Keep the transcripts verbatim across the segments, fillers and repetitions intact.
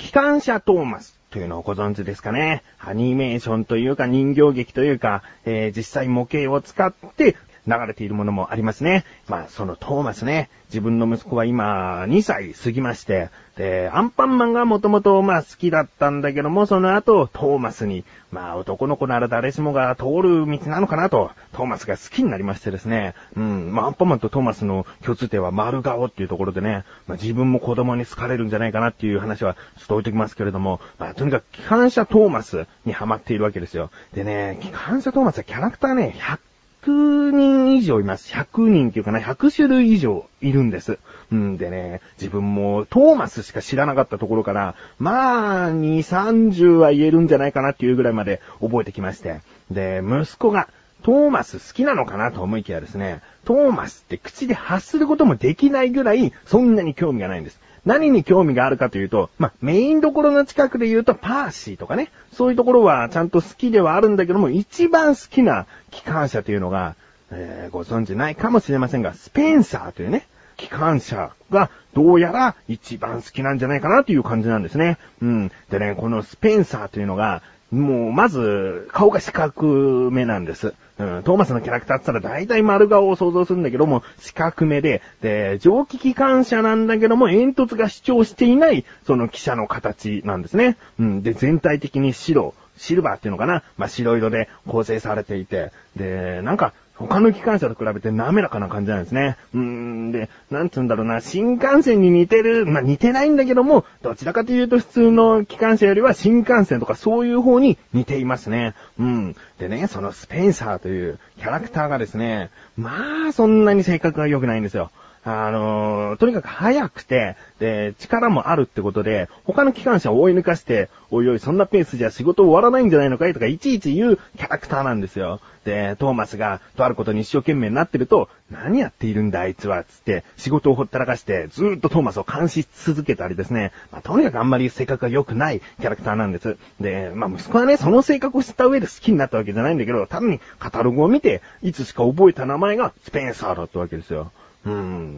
機関車トーマスというのをご存知ですかね。アニメーションというか人形劇というか、えー、実際模型を使って流れているものもありますね。まあ、そのトーマスね、自分の息子は今にさい過ぎまして、で、アンパンマンがもともとまあ好きだったんだけども、その後トーマスに、まあ男の子なら誰しもが通る道なのかなと、トーマスが好きになりましてですね、うん、まあアンパンマンとトーマスの共通点は丸顔っていうところでね、まあ自分も子供に好かれるんじゃないかなっていう話はちょっと置いときますけれども、まあとにかく機関車トーマスにハマっているわけですよ。でね、機関車トーマスはキャラクターね、ひゃくにん以上います。ひゃくにんっていうかな、ひゃくしゅるい以上いるんです。うんでね、自分もトーマスしか知らなかったところから、まあ、に、さんじゅうは言えるんじゃないかなっていうぐらいまで覚えてきまして。で、息子がトーマス好きなのかなと思いきやですね、トーマスって口で発することもできないぐらい、そんなに興味がないんです。何に興味があるかというと、まあ、メインどころの近くで言うとパーシーとかね、そういうところはちゃんと好きではあるんだけども、一番好きな機関車というのが、えー、ご存知ないかもしれませんが、スペンサーというね、機関車がどうやら一番好きなんじゃないかなという感じなんですね。うん。でね、このスペンサーというのが、もう、まず、顔が四角めなんです。うん、トーマスのキャラクターって言ったら大体丸顔を想像するんだけども、四角めで、で、蒸気機関車なんだけども、煙突が主張していない、その汽車の形なんですね。うん、で、全体的に白、シルバーっていうのかな、まあ、白色で構成されていて、で、なんか、他の機関車と比べて滑らかな感じなんですね。うーん、で、なんつうんだろうな、新幹線に似てる、まあ、似てないんだけども、どちらかというと普通の機関車よりは新幹線とかそういう方に似ていますね。うん。でね、そのスペンサーというキャラクターがですね、まあ、そんなに性格が良くないんですよ。あのー、とにかく速くて、で、力もあるってことで、他の機関車を追い抜かして、おいおい、そんなペースじゃ仕事終わらないんじゃないのかいとか、いちいち言うキャラクターなんですよ。で、トーマスが、とあることに一生懸命になってると、何やっているんだあいつは、つって、仕事をほったらかして、ずーっとトーマスを監視し続けたりですね。まあ、とにかくあんまり性格が良くないキャラクターなんです。で、まあ、息子はね、その性格を知った上で好きになったわけじゃないんだけど、単にカタログを見て、いつしか覚えた名前がスペンサーだったわけですよ。うん。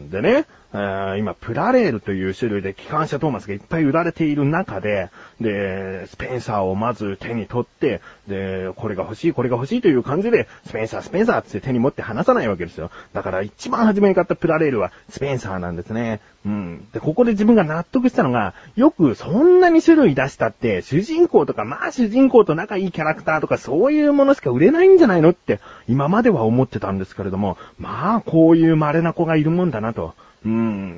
でね、えー、今、プラレールという種類で機関車トーマスがいっぱい売られている中で、で、スペンサーをまず手に取って、で、これが欲しい、これが欲しいという感じで、スペンサー、スペンサーって手に持って離さないわけですよ。だから一番初めに買ったプラレールはスペンサーなんですね。うん。で、ここで自分が納得したのが、よくそんなに種類出したって、主人公とか、まあ主人公と仲いいキャラクターとかそういうものしか売れないんじゃないのって、今までは思ってたんですけれども、まあこういう稀な子がいるもんだなと。うん。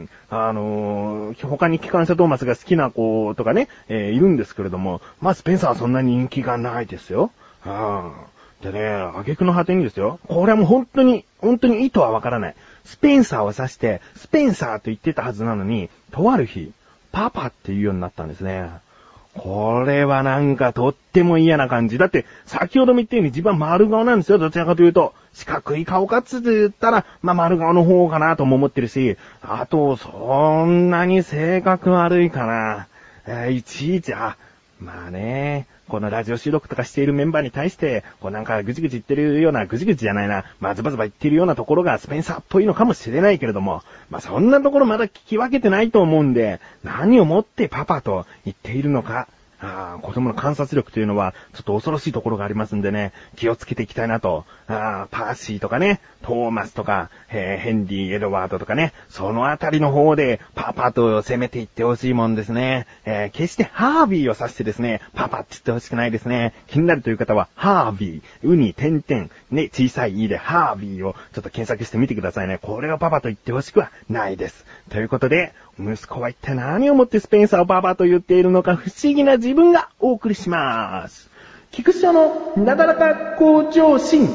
あのー、他に機関車トーマスが好きな子とかね、えー、いるんですけれども、まあスペンサーはそんなに人気がないですよ。あでね、挙句の果てにですよ。これはもう本当に、本当に意図はわからない。スペンサーを指して、スペンサーと言ってたはずなのに、とある日、パパって言うようになったんですね。これはなんかとっても嫌な感じ。だって、先ほども言ったように自分は丸顔なんですよ。どちらかというと。四角い顔かっつって言ったら、まあ丸顔の方かなとも思ってるし、あと、そんなに性格悪いかな。えー、いちいち、あ、まあね、このラジオ収録とかしているメンバーに対して、こうなんかぐちぐち言ってるような、ぐちぐちじゃないな、まあズバズバ言ってるようなところがスペンサーっぽいのかもしれないけれども、まあそんなところまだ聞き分けてないと思うんで、何をもってパパと言っているのか、あ子供の観察力というのはちょっと恐ろしいところがありますんでね、気をつけていきたいなと。あパーシーとかね、トーマスとか、えー、ヘンリー、エドワードとかね、そのあたりの方でパパと攻めていってほしいもんですね。えー、決してハービーを指してですね、パパって言ってほしくないですね。気になるという方は、ハービー、ウニ、点々、ね、小さい E でハービーをちょっと検索してみてくださいね。これをパパと言ってほしくはないです。ということで、息子は一体何をもってスペンサーをパパと言っているのか不思議な自分がお送りします。菊池のなだらか向上心。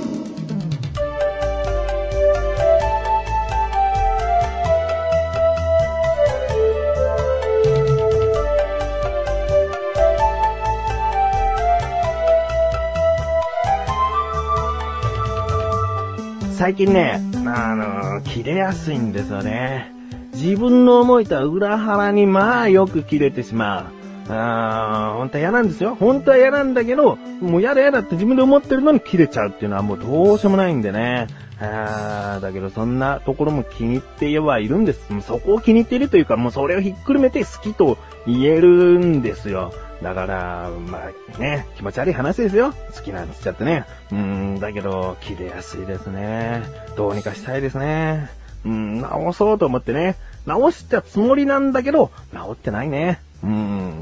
最近ね、あの、切れやすいんですよね。自分の思いとは裏腹にまあよく切れてしまう。 あー、本当は嫌なんですよ。本当は嫌なんだけど、もう嫌だ嫌だって自分で思ってるのに切れちゃうっていうのはもうどうしようもないんでね。あー、だけどそんなところも気に入ってはいるんです。そこを気に入っているというか、もうそれをひっくるめて好きと言えるんですよ。だから、まあね、気持ち悪い話ですよ。好きなんつっちゃってね。うーん、だけど、切れやすいですね。どうにかしたいですね。うん、直そうと思ってね。直したつもりなんだけど、直ってないね。うん。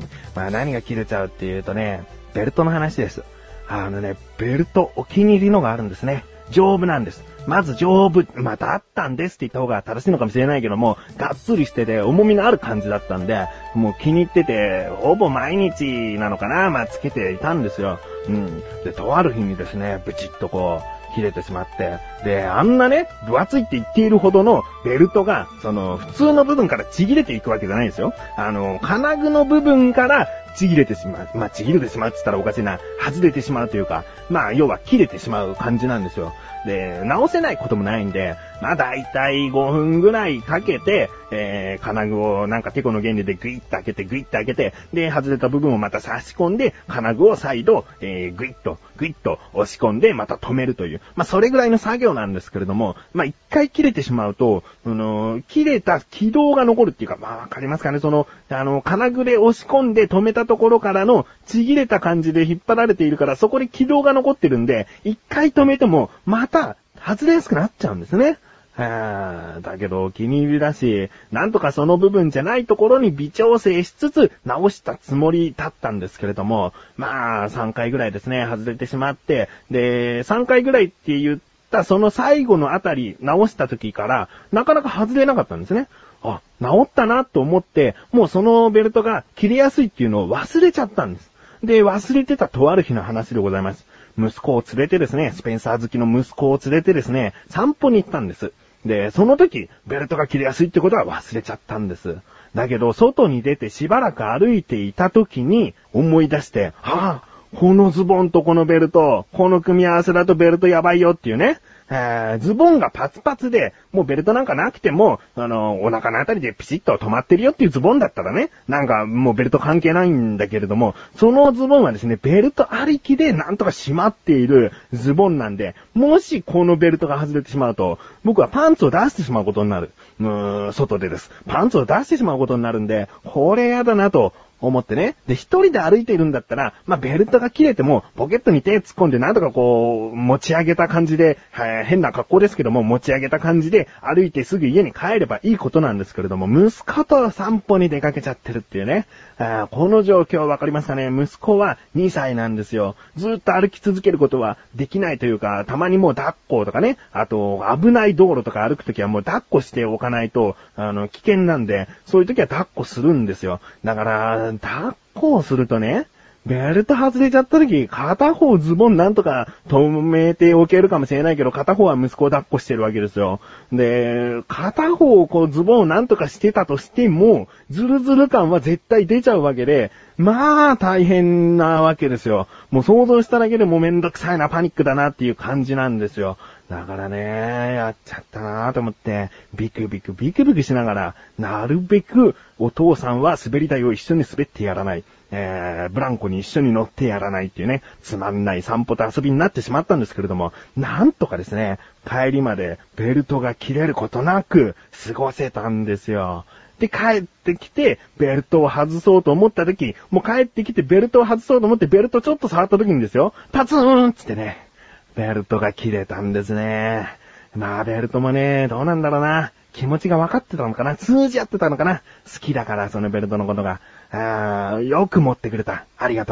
まあ何が切れちゃうっていうとね、ベルトの話です。あのね、ベルトお気に入りのがあるんですね。丈夫なんです。まず丈夫、またあったんですって言った方が正しいのかもしれないけども、がっつりしてて重みのある感じだったんで、もう気に入ってて、ほぼ毎日なのかな、まあつけていたんですよ。うん。で、とある日にですね、ブチッとこう、切れてしまって、で、あんなね、分厚いって言っているほどのベルトが、その、普通の部分からちぎれていくわけじゃないんですよ。あの、金具の部分からちぎれてしまう。まあ、ちぎれてしまうって言ったらおかしいな。外れてしまうというか、まあ、要は切れてしまう感じなんですよ。で、直せないこともないんで、まあ、だいたいごふんぐらいかけて、えー、金具をなんかテコの原理でグイッと開けて、グイッと開けて、で、外れた部分をまた差し込んで、金具を再度、えー、グイッと、グイッと押し込んで、また止めるという。まあ、それぐらいの作業なんですけれども、まあ、一回切れてしまうと、あのー、切れた軌道が残るっていうか、まあ、わかりますかね、その、あの、金具で押し込んで止めたところからの、ちぎれた感じで引っ張られているから、そこで軌道が残ってるんで、一回止めても、また、外れやすくなっちゃうんですね。あだけどお気に入りだし、なんとかその部分じゃないところに微調整しつつ直したつもりだったんですけれども、まあさんかいぐらいですね、外れてしまって、で、さんかいぐらいって言ったその最後のあたり直した時からなかなか外れなかったんですね。あ、直ったなと思って、もうそのベルトが切れやすいっていうのを忘れちゃったんです。で、忘れてたとある日の話でございます。息子を連れてですね、スペンサー好きの息子を連れてですね、散歩に行ったんです。で、その時、ベルトが切れやすいってことは忘れちゃったんです。だけど、外に出てしばらく歩いていた時に思い出して、はぁ、このズボンとこのベルト、この組み合わせだとベルトやばいよっていうね。えー、ズボンがパツパツで、もうベルトなんかなくても、あの、お腹のあたりでピシッと止まってるよっていうズボンだったらね、なんかもうベルト関係ないんだけれども、そのズボンはですね、ベルトありきでなんとか締まっているズボンなんで、もしこのベルトが外れてしまうと、僕はパンツを出してしまうことになる。うーん、外でです。パンツを出してしまうことになるんで、これやだなと。思ってね。で、一人で歩いているんだったら、まあ、ベルトが切れても、ポケットに手突っ込んで、なんとかこう、持ち上げた感じで、はい、変な格好ですけども、持ち上げた感じで、歩いてすぐ家に帰ればいいことなんですけれども、息子と散歩に出かけちゃってるっていうね。あこの状況わかりますかね？息子はにさいなんですよ。ずっと歩き続けることはできないというか、たまにもう抱っことかね、あと、危ない道路とか歩くときはもう抱っこしておかないと、あの、危険なんで、そういうときは抱っこするんですよ。だから、抱っこをするとね、ベルト外れちゃった時、片方ズボンなんとか止めておけるかもしれないけど、片方は息子を抱っこしてるわけですよ。で、片方こうズボンをなんとかしてたとしても、ズルズル感は絶対出ちゃうわけで、まあ大変なわけですよ。もう想像しただけでもうめんどくさいな、パニックだなっていう感じなんですよ。だからね、やっちゃったなと思って、ビクビクビクビクしながら、なるべくお父さんは滑り台を一緒に滑ってやらない。えー、ブランコに一緒に乗ってやらないっていうね、つまんない散歩と遊びになってしまったんですけれども、なんとかですね、帰りまでベルトが切れることなく過ごせたんですよ。で、帰ってきて、ベルトを外そうと思った時、もう帰ってきてベルトを外そうと思ってベルトちょっと触った時にですよ、パツーンつってね、ベルトが切れたんですね。まあ、ベルトもね、どうなんだろうな。気持ちが分かってたのかな、通じ合ってたのかな、好きだからそのベルトのことが。あー、よく持ってくれた。ありがとう。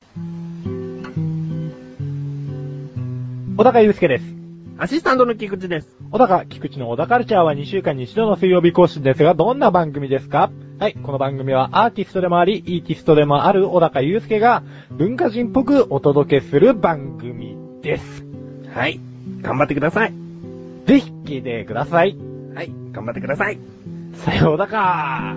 小高祐介です。 アシスタントの菊池です。 小高、菊池の小高カルチャーはにしゅうかんに一度の水曜日更新ですが、どんな番組ですか？はい、この番組はアーティストでもあり、イーティストでもある小高祐介が文化人っぽくお届けする番組です。 はい、頑張ってください。 ぜひ聞いてください。 はい、頑張ってください。 さようだか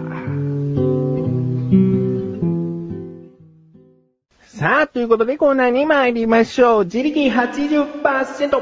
さあ、ということでコーナーに参りましょう。自力 はちじゅっパーセント。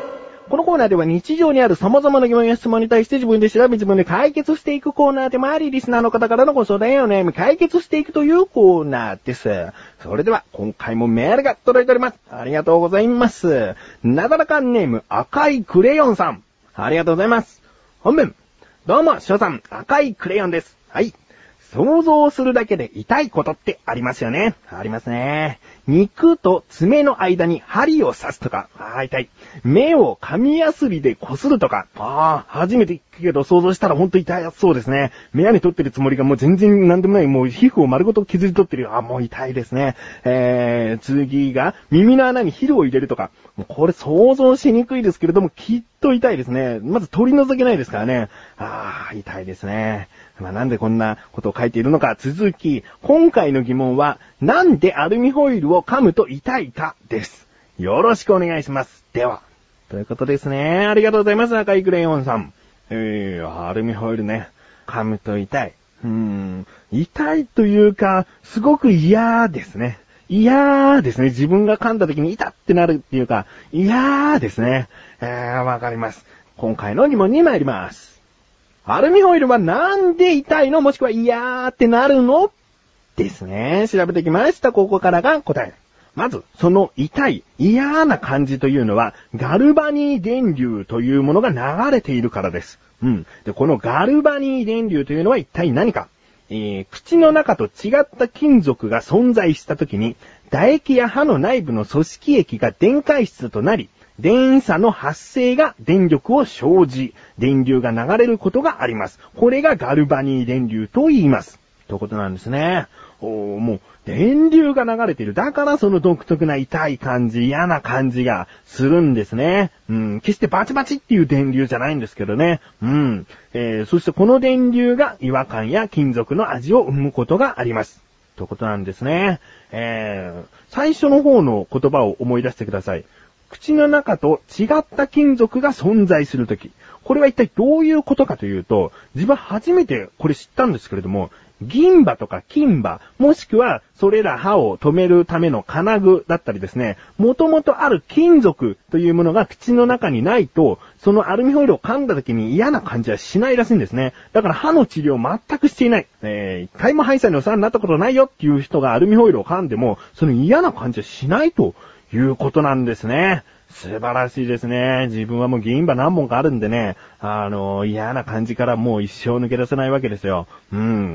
このコーナーでは日常にある様々な疑問や質問に対して自分で調べ自分で解決していくコーナーでもあり、リスナーの方からのご相談やお悩み解決していくというコーナーです。それでは今回もメールが届いております。ありがとうございます。なだらかネーム赤いクレヨンさん。ありがとうございます。本文。どうも、翔さん、赤いクレヨンです。はい。想像するだけで痛いことってありますよね。ありますね。肉と爪の間に針を刺すとか、ああ、痛い。目を紙やすりで擦るとか、ああ、初めて聞くけど想像したらほんと痛いそうですね。目やに取ってるつもりがもう全然なんでもない、もう皮膚を丸ごと削り取ってるよ。あ、もう痛いですね。えー、次が耳の穴にヒルを入れるとか、もうこれ想像しにくいですけれども、きっと痛いですね。まず取り除けないですからね。ああ、痛いですね。まあ、なんでこんなことを書いているのか。続き、今回の疑問は、なんでアルミホイルを噛むと痛いかです。よろしくお願いします。では。ということですね。ありがとうございます。赤いクレヨンさん。えー、アルミホイルね。噛むと痛い。うーん。痛いというか、すごく嫌ですね。嫌ですね。自分が噛んだ時に痛ってなるっていうか、嫌ですね。えー、わかります。今回の疑問に参ります。アルミホイルはなんで痛いのもしくは嫌ーってなるのですね。調べてきました。ここからが答え。まず、その痛い、嫌な感じというのは、ガルバニー電流というものが流れているからです。うん。で、このガルバニー電流というのは一体何か。えー、口の中と違った金属が存在したときに、唾液や歯の内部の組織液が電解質となり、電差の発生が電力を生じ、電流が流れることがあります。これがガルバニー電流と言います。ということなんですね。おー、もう、電流が流れている。だからその独特な痛い感じ、嫌な感じがするんですね。うん、決してバチバチっていう電流じゃないんですけどね。うん。えー、そしてこの電流が違和感や金属の味を生むことがあります。ということなんですね。えー、最初の方の言葉を思い出してください。口の中と違った金属が存在するとき。これは一体どういうことかというと、自分初めてこれ知ったんですけれども、銀歯とか金歯、もしくはそれら歯を止めるための金具だったりですね、もともとある金属というものが口の中にないと、そのアルミホイルを噛んだ時に嫌な感じはしないらしいんですね。だから歯の治療を全くしていない。えー、一回も歯医者にお世話になったことないよっていう人がアルミホイルを噛んでも、その嫌な感じはしないということなんですね。素晴らしいですね。自分はもう銀歯何本かあるんでね、あの、嫌な感じからもう一生抜け出せないわけですよ。うん。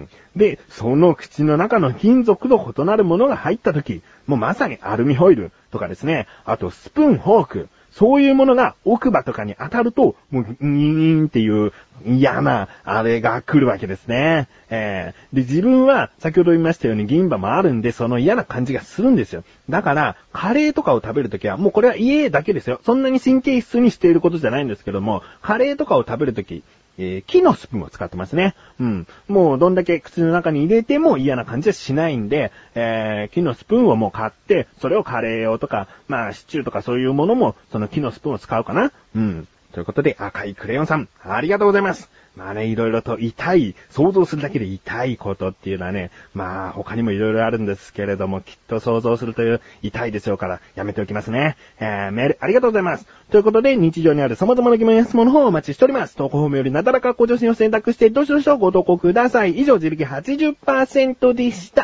で、その口の中の金属と異なるものが入った時、もうまさにアルミホイルとかですね、あとスプーン、フォーク、そういうものが奥歯とかに当たると、もう、ニーンっていう嫌な、あれが来るわけですね。えー、で、自分は、先ほど言いましたように銀歯もあるんで、その嫌な感じがするんですよ。だから、カレーとかを食べるときは、もうこれは家だけですよ。そんなに神経質にしていることじゃないんですけども、カレーとかを食べるとき、えー、木のスプーンを使ってますね。うん。もうどんだけ口の中に入れても嫌な感じはしないんで、えー、木のスプーンをもう買って、それをカレー用とか、まあシチューとかそういうものも、その木のスプーンを使うかな。うん。ということで、赤いクレヨンさん、ありがとうございます。まあね、いろいろと痛い、想像するだけで痛いことっていうのはね、まあ他にもいろいろあるんですけれども、きっと想像するという痛いでしょうから、やめておきますね。えー、メールありがとうございます。ということで、日常にある様々な疑問や質問の方をお待ちしております。投稿フォームよりなだらか向上心を選択して、どしどしとご投稿ください。以上、自力 はちじゅっパーセント でした。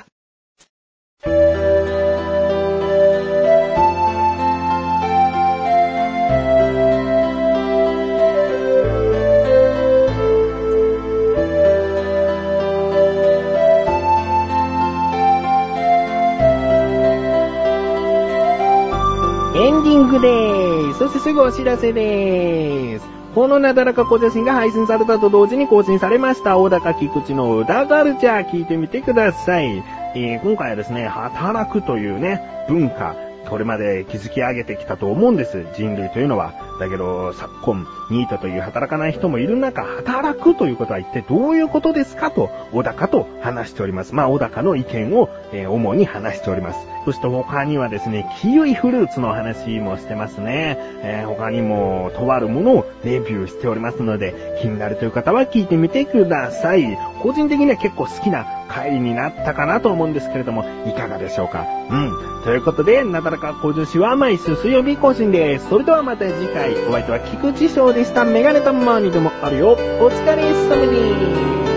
エンディングでーす。そしてすぐお知らせでーす。このなだらか向上心が配信されたと同時に更新されました。小高菊池の小田カルチャー聞いてみてください。えー、今回はですね、働くというね、文化、これまで築き上げてきたと思うんです。人類というのは。だけど、昨今、ニートという働かない人もいる中、働くということは一体どういうことですかと、小高と話しております。まあ、小高の意見を、えー、主に話しております。そして他にはですね、キウイフルーツの話もしてますね。えー、他にも、とあるものをレビューしておりますので、気になるという方は聞いてみてください。個人的には結構好きな回になったかなと思うんですけれども、いかがでしょうか。うん。ということで、なだらか向上心は毎週水曜日更新です。それではまた次回。 い。お相手は菊池翔でした。メガネたまにでもあるよ。お疲れ様に。